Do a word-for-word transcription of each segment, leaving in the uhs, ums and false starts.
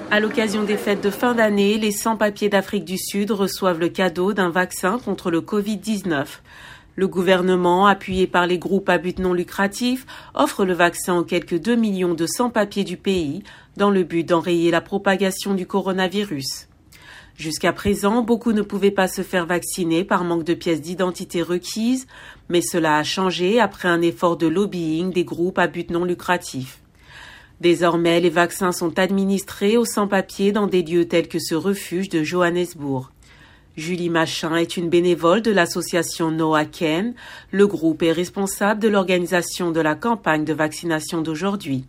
À l'occasion des fêtes de fin d'année, les sans-papiers d'Afrique du Sud reçoivent le cadeau d'un vaccin contre le covid dix-neuf. Le gouvernement, appuyé par les groupes à but non lucratif, offre le vaccin aux quelques deux millions de sans-papiers du pays dans le but d'enrayer la propagation du coronavirus. Jusqu'à présent, beaucoup ne pouvaient pas se faire vacciner par manque de pièces d'identité requises, mais cela a changé après un effort de lobbying des groupes à but non lucratif. Désormais, les vaccins sont administrés aux sans-papiers dans des lieux tels que ce refuge de Johannesburg. Julie Machin est une bénévole de l'association Noaken. Le groupe est responsable de l'organisation de la campagne de vaccination d'aujourd'hui.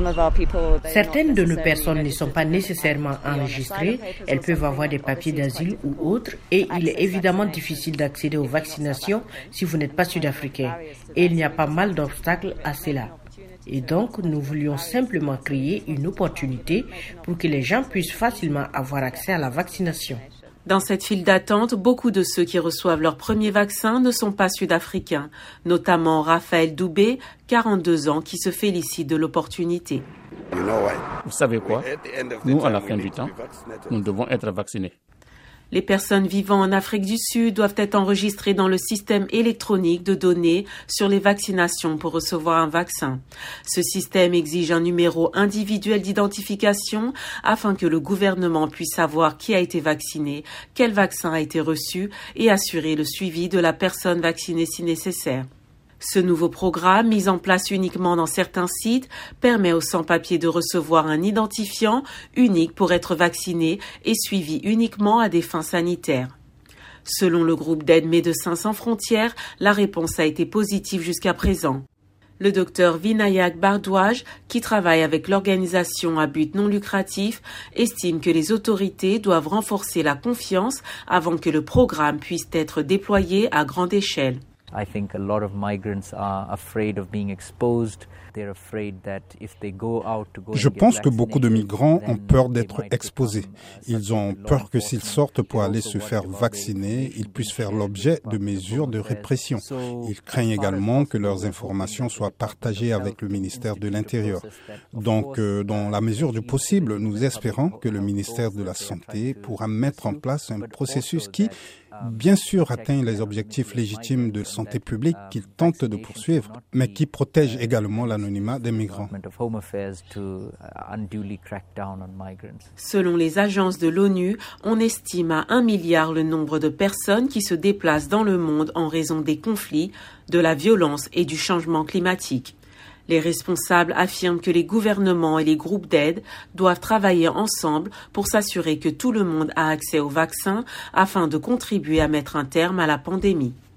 Certaines de nos personnes ne sont pas nécessairement enregistrées, elles peuvent avoir des papiers d'asile ou autres et il est évidemment difficile d'accéder aux vaccinations si vous n'êtes pas sud-africain. Et il y a pas mal d'obstacles à cela. Et donc, nous voulions simplement créer une opportunité pour que les gens puissent facilement avoir accès à la vaccination. Dans cette file d'attente, beaucoup de ceux qui reçoivent leur premier vaccin ne sont pas sud-africains, notamment Raphaël Doubé, quarante-deux ans, qui se félicite de l'opportunité. Vous savez quoi? Nous, à la fin du temps, nous devons être vaccinés. Les personnes vivant en Afrique du Sud doivent être enregistrées dans le système électronique de données sur les vaccinations pour recevoir un vaccin. Ce système exige un numéro individuel d'identification afin que le gouvernement puisse savoir qui a été vacciné, quel vaccin a été reçu et assurer le suivi de la personne vaccinée si nécessaire. Ce nouveau programme, mis en place uniquement dans certains sites, permet aux sans-papiers de recevoir un identifiant unique pour être vaccinés et suivi uniquement à des fins sanitaires. Selon le groupe d'aide Médecins sans frontières, la réponse a été positive jusqu'à présent. Le docteur Vinayak Bardwaj, qui travaille avec l'organisation à but non lucratif, estime que les autorités doivent renforcer la confiance avant que le programme puisse être déployé à grande échelle. I think a lot of migrants are afraid of being exposed. They're afraid that if they go out to go Je pense que beaucoup de migrants ont peur d'être exposés. Ils ont peur que s'ils sortent pour aller se faire vacciner, ils puissent faire l'objet de mesures de répression. Ils craignent également que leurs informations soient partagées avec le ministère de l'Intérieur. Donc, euh, dans la mesure du possible, nous espérons que le ministère de la Santé pourra mettre en place un processus qui, bien sûr, atteint les objectifs légitimes de santé publique qu'il tente de poursuivre, mais qui protège également l'anonymat des migrants. Selon les agences de l'ONU, on estime à un milliard le nombre de personnes qui se déplacent dans le monde en raison des conflits, de la violence et du changement climatique. Les responsables affirment que les gouvernements et les groupes d'aide doivent travailler ensemble pour s'assurer que tout le monde a accès au vaccin afin de contribuer à mettre un terme à la pandémie.